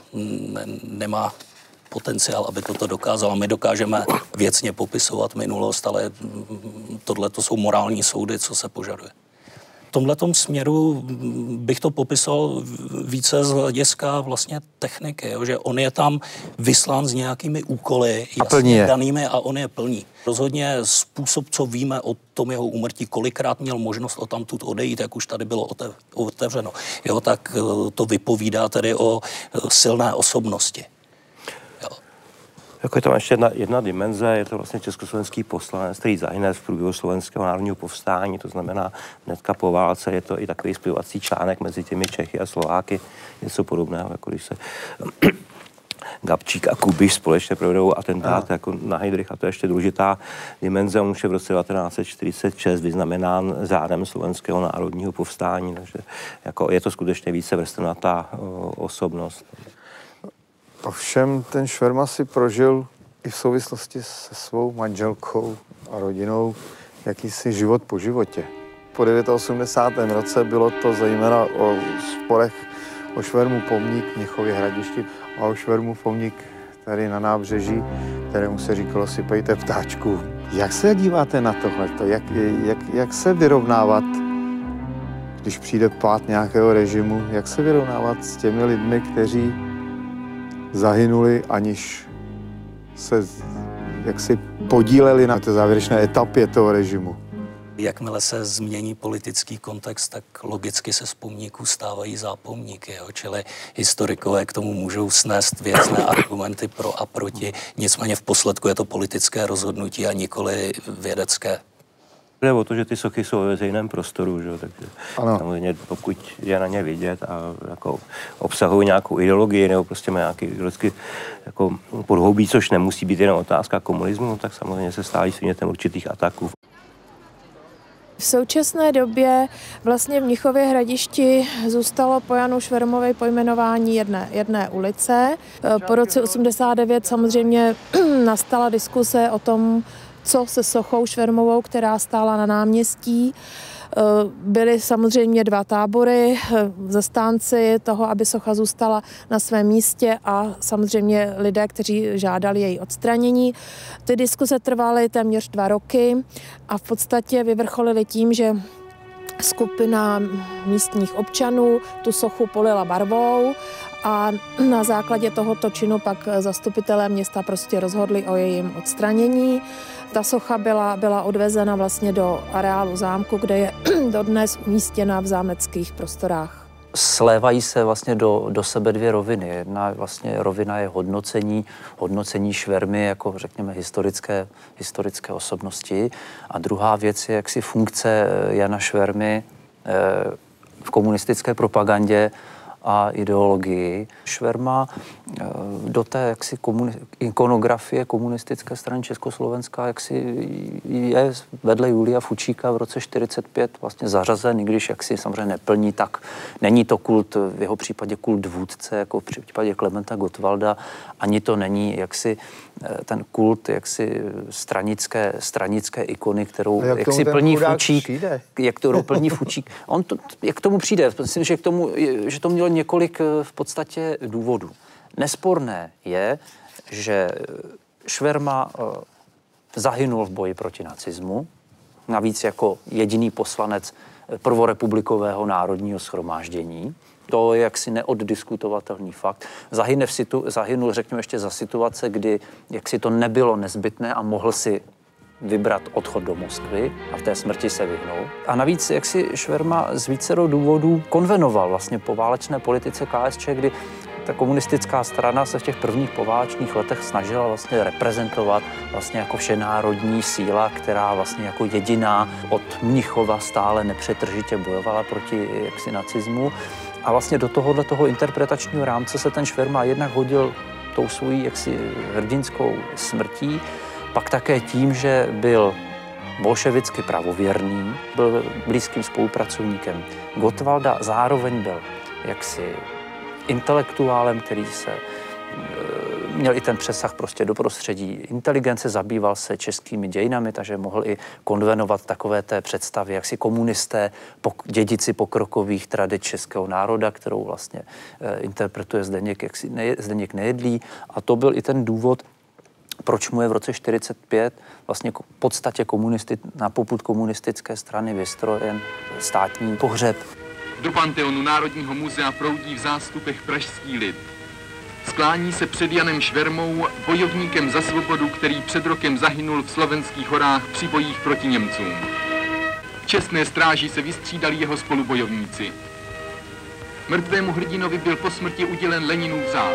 nemá potenciál, aby toto dokázala. My dokážeme věcně popisovat minulost, ale tohle to jsou morální soudy, co se požaduje. V tomhletom směru bych to popisoval více z hlediska vlastně techniky, jo? Že on je tam vyslán s nějakými úkoly jasně danými a on je plní. Rozhodně způsob, co víme o tom jeho úmrtí, kolikrát měl možnost odtamtud odejít, jak už tady bylo otevřeno, jo? Tak to vypovídá tedy o silné osobnosti. Jako je tam ještě jedna dimenze, je to vlastně československý poslanec, který zahyne v průběhu slovenského národního povstání, to znamená hnedka po válce, je to i takový spojovací článek mezi těmi Čechy a Slováky, něco podobného, jako když se Gabčík a Kubiš společně provedou atentát jako na Heydrich, a to je ještě důležitá dimenze. On už je v roce 1946 vyznamenán řádem slovenského národního povstání, takže jako je to skutečně více vrstevnatá osobnost. Ovšem ten Šverma si prožil i v souvislosti se svou manželkou a rodinou jakýsi život po životě. Po 89. roce bylo to zejména o sporech o Švermu pomník v Mnichově Hradišti a o Švermu pomník tady na nábřeží, kterému se říkalo sypejte ptáčku. Jak se díváte na tohleto? Jak se vyrovnávat, když přijde pád nějakého režimu, jak se vyrovnávat s těmi lidmi, kteří zahynuli, aniž se jaksi podíleli na té závěrečné etapě toho režimu? Jakmile se změní politický kontext, tak logicky se z pomníků stávají zápomníky. Jo? Čili historikové k tomu můžou snést věcné argumenty pro a proti. Nicméně v posledku je to politické rozhodnutí a nikoli vědecké. Jde o to, že ty sochy jsou ve veřejném prostoru, že? Takže samozřejmě pokud je na ně vidět a jako obsahují nějakou ideologii nebo prostě má nějaký ideologický jako podhoubí, což nemusí být jenom otázka komunismu, tak samozřejmě se stávají předmětem určitých ataků. V současné době vlastně v Mnichově Hradišti zůstalo po Janu Švermovi pojmenování jedné ulice. Po roce 89 samozřejmě nastala diskuse o tom, co se sochou Švermovou, která stála na náměstí. Byly samozřejmě dva tábory, zastánci toho, aby socha zůstala na svém místě, a samozřejmě lidé, kteří žádali její odstranění. Ty diskuse trvaly téměř 2 roky a v podstatě vyvrcholily tím, že skupina místních občanů tu sochu polila barvou a na základě tohoto činu pak zastupitelé města prostě rozhodli o jejím odstranění. Ta socha byla odvezena vlastně do areálu zámku, kde je dodnes umístěna v zámeckých prostorách. Slévají se vlastně do sebe dvě roviny. Jedna vlastně rovina je hodnocení Švermy jako, řekněme, historické osobnosti, a druhá věc je jaksi funkce Jana Švermy v komunistické propagandě a ideologii. Šverma do té jaksi ikonografie komunistické strany Československa jaksi je vedle Julia Fučíka v roce 1945 vlastně zařazen, i když jaksi samozřejmě neplní, tak není to kult, v jeho případě kult vůdce, jako v případě Klementa Gottwalda, ani to není jaksi ten kult jaksi stranické ikony, kterou jaksi plní Fučík. Jak to plní Fučík. On to, jak k tomu přijde? Myslím, že to mělo několik v podstatě důvodů. Nesporné je, že Šverma zahynul v boji proti nacismu, navíc jako jediný poslanec prvorepublikového národního shromáždění. To je jaksi neoddiskutovatelný fakt. Zahynul, řekněme, ještě za situace, kdy jaksi to nebylo nezbytné a mohl si vybrat odchod do Moskvy a v té smrti se vyhnul. A navíc, jak si Šverma z vícero důvodů konvenoval vlastně po válečné politice KSČ, kdy ta komunistická strana se v těch prvních poválečných letech snažila vlastně reprezentovat vlastně jako všenárodní síla, která vlastně jako jediná od Mnichova stále nepřetržitě bojovala proti jaksi nacismu. A vlastně do toho interpretačního rámce se ten Šverma jednak hodil tou svojí jaksi hrdinskou smrtí, pak také tím, že byl bolševicky pravověrný, byl blízkým spolupracovníkem Gottwalda, zároveň byl jaksi intelektuálem, který měl i ten přesah prostě do prostředí inteligence, zabýval se českými dějinami, takže mohl i konvenovat takové té představy, jak si komunisté, dědici pokrokových tradic českého národa, kterou vlastně interpretuje Zdeněk Nejedlý. A to byl i ten důvod, proč mu je v roce 1945 vlastně v podstatě na popud komunistické strany vystrojen státní pohřeb. Do Panteonu Národního muzea proudí v zástupech pražský lid. Sklání se před Janem Švermou, bojovníkem za svobodu, který před rokem zahynul v Slovenských horách při bojích proti Němcům. V čestné stráži se vystřídali jeho spolubojovníci. Mrtvému hrdinovi byl po smrti udělen Leninův řád.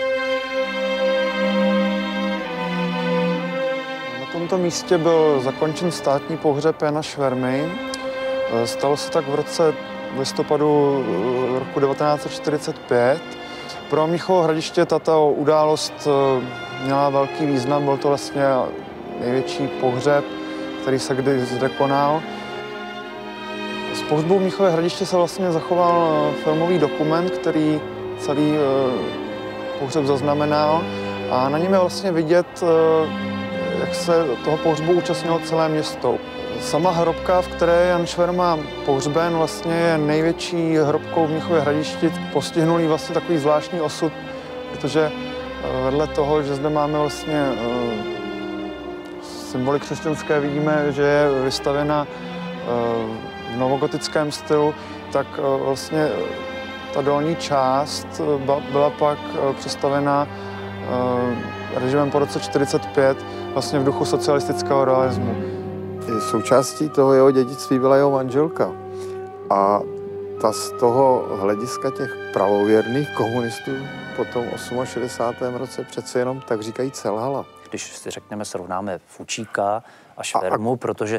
Na tomto místě byl zakončen státní pohřeb Jana Švermy. Stalo se tak v listopadu roku 1945. Pro Mnichovo Hradiště tato událost měla velký význam, byl to vlastně největší pohřeb, který se kdy zde konal. Z pohřbu v Mnichově Hradiště se vlastně zachoval filmový dokument, který celý pohřeb zaznamenal a na něm je vlastně vidět, jak se toho pohřbu účastnilo celé město. Sama hrobka, v které je Jan Šverma pohřben, vlastně je největší hrobkou v Mnichově Hradišti. Postihnul jí vlastně takový zvláštní osud, protože vedle toho, že zde máme vlastně symboly křesťanské, vidíme, že je vystavěna v novogotickém stylu, tak vlastně ta dolní část byla pak přestavěna režimem po roce 1945 vlastně v duchu socialistického realismu. Součástí toho jeho dědictví byla jeho manželka. A ta z toho hlediska těch pravověrných komunistů po tom 68. roce přece jenom tak říkají selhala. Když si řekneme, srovnáme Fučíka a Švermu, protože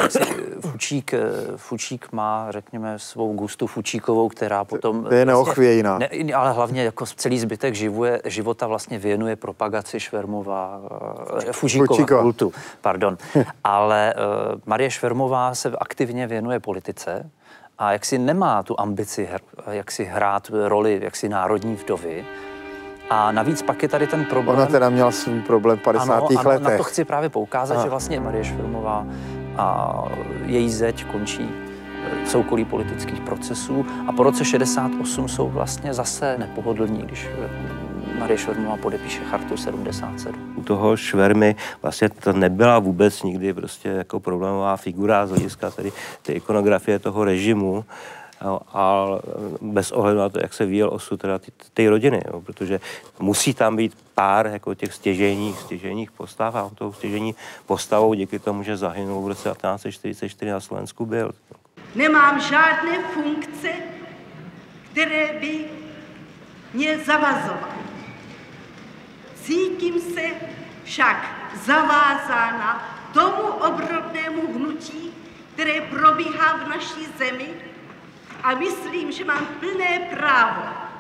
Fučík má, řekněme, svou Gustu Fučíkovou, která potom... To je neochvějná. Ale hlavně jako celý zbytek života vlastně věnuje propagaci Fučíkova kultu. Pardon. Ale Marie Švermová se aktivně věnuje politice a jaksi nemá tu ambici jaksi hrát roli jaksi národní vdovy. A navíc pak je tady ten problém... Ona teda měla svůj problém v 50. letech. Na to chci právě poukázat, že vlastně Marie Švermová a její zeď končí v soukolí politických procesů a po roce 68 jsou vlastně zase nepohodlní, když Marie Švermová podepíše Chartu 77. U toho Švermy vlastně to nebyla vůbec nikdy prostě jako problémová figura z hlediska tedy té ikonografie toho režimu, a bez ohledu na to, jak se vyvíjel osud teda té rodiny, jo, protože musí tam být pár jako těch stěžejních postav a tou stěžejní postavou díky tomu, že zahynul v roce 1944 na Slovensku byl. Nemám žádné funkce, které by mě zavazovaly. Cítím se však zavázána tomu obrodnému hnutí, které probíhá v naší zemi, a myslím, že mám plné právo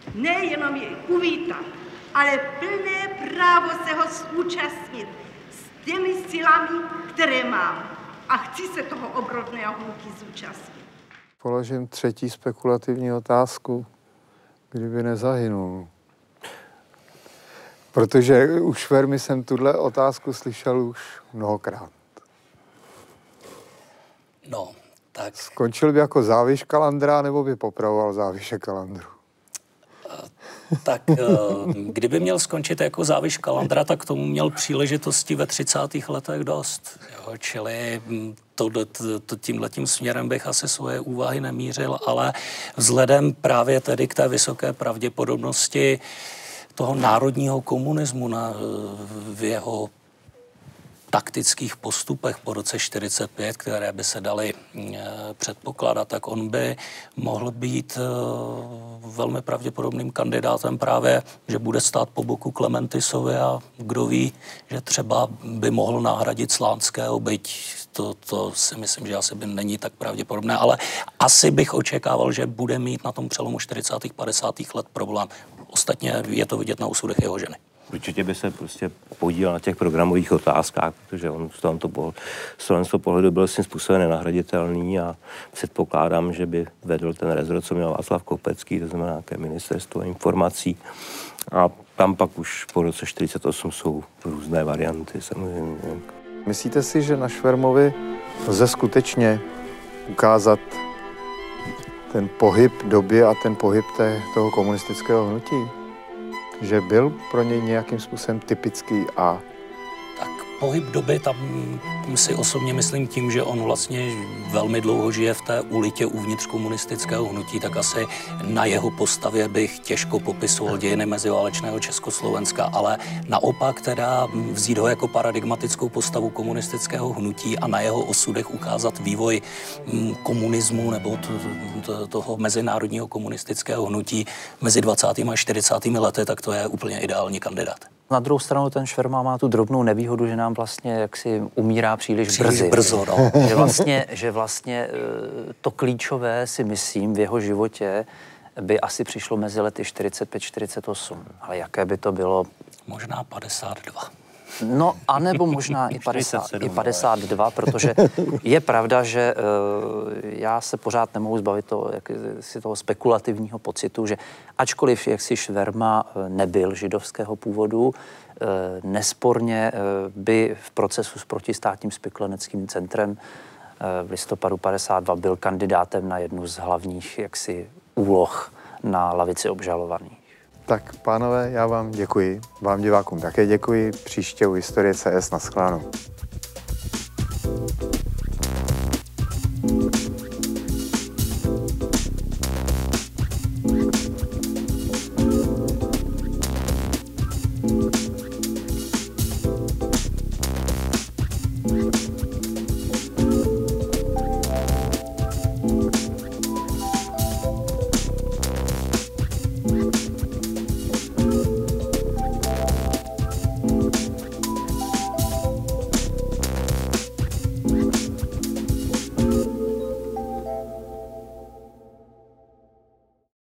nejenom jej uvítat, ale plné právo se ho zúčastnit s těmi silami, které mám. A chci se toho obrodného hnutí zúčastnit. Položím třetí spekulativní otázku. Kdyby nezahynul? Protože u Švermy jsem tuhle otázku slyšel už mnohokrát. No, tak... Skončil by jako Záviš Kalandra, nebo by popravoval Záviše Kalandru? Tak kdyby měl skončit jako Záviš Kalandra, tak tomu měl příležitosti ve 30. letech dost. Jo, čili tímhletím směrem bych asi svoje úvahy nemířil, ale vzhledem právě tedy k té vysoké pravděpodobnosti toho národního komunismu v jeho taktických postupech po roce 45, které by se daly předpokládat, tak on by mohl být velmi pravděpodobným kandidátem právě, že bude stát po boku Klementisovi a kdo ví, že třeba by mohl nahradit Slánského, byť to si myslím, že asi by není tak pravděpodobné, ale asi bych očekával, že bude mít na tom přelomu 40. 50. let problém. Ostatně je to vidět na osudech jeho ženy. Určitě by se prostě podílel na těch programových otázkách, protože on z tohoto pohledu byl svým způsobem nenahraditelný a předpokládám, že by vedl ten rezort, co měl Václav Kopecký, to znamená nějaké ministerstvo informací. A tam pak už po roce 48 jsou různé varianty samozřejmě. Myslíte si, že na Švermovi lze skutečně ukázat ten pohyb doby a ten pohyb toho komunistického hnutí? Že byl pro něj nějakým způsobem typický a... Tak pohyb doby, tam si osobně myslím tím, že on vlastně velmi dlouho žije v té ulitě uvnitř komunistického hnutí, tak asi na jeho postavě bych těžko popisoval dějiny meziválečného Československa, ale naopak teda vzít ho jako paradigmatickou postavu komunistického hnutí a na jeho osudech ukázat vývoj komunismu nebo toho mezinárodního komunistického hnutí mezi 20. a 40. lety, tak to je úplně ideální kandidát. Na druhou stranu ten Šverma má tu drobnou nevýhodu, že nám vlastně jaksi umírá příliš brzo. No. že vlastně to klíčové si myslím v jeho životě by asi přišlo mezi lety 45-48. Ale jaké by to bylo? Možná 52. No, anebo možná i 52, protože je pravda, že já se pořád nemohu zbavit toho spekulativního pocitu, že ačkoliv jaksi Šverma nebyl židovského původu, nesporně by v procesu s protistátním spikleneckým centrem v listopadu 52 byl kandidátem na jednu z hlavních jaksi úloh na lavici obžalovaných. Tak, pánové, já vám děkuji. Vám divákům také děkuji. Příště u Historie CS nashledanou.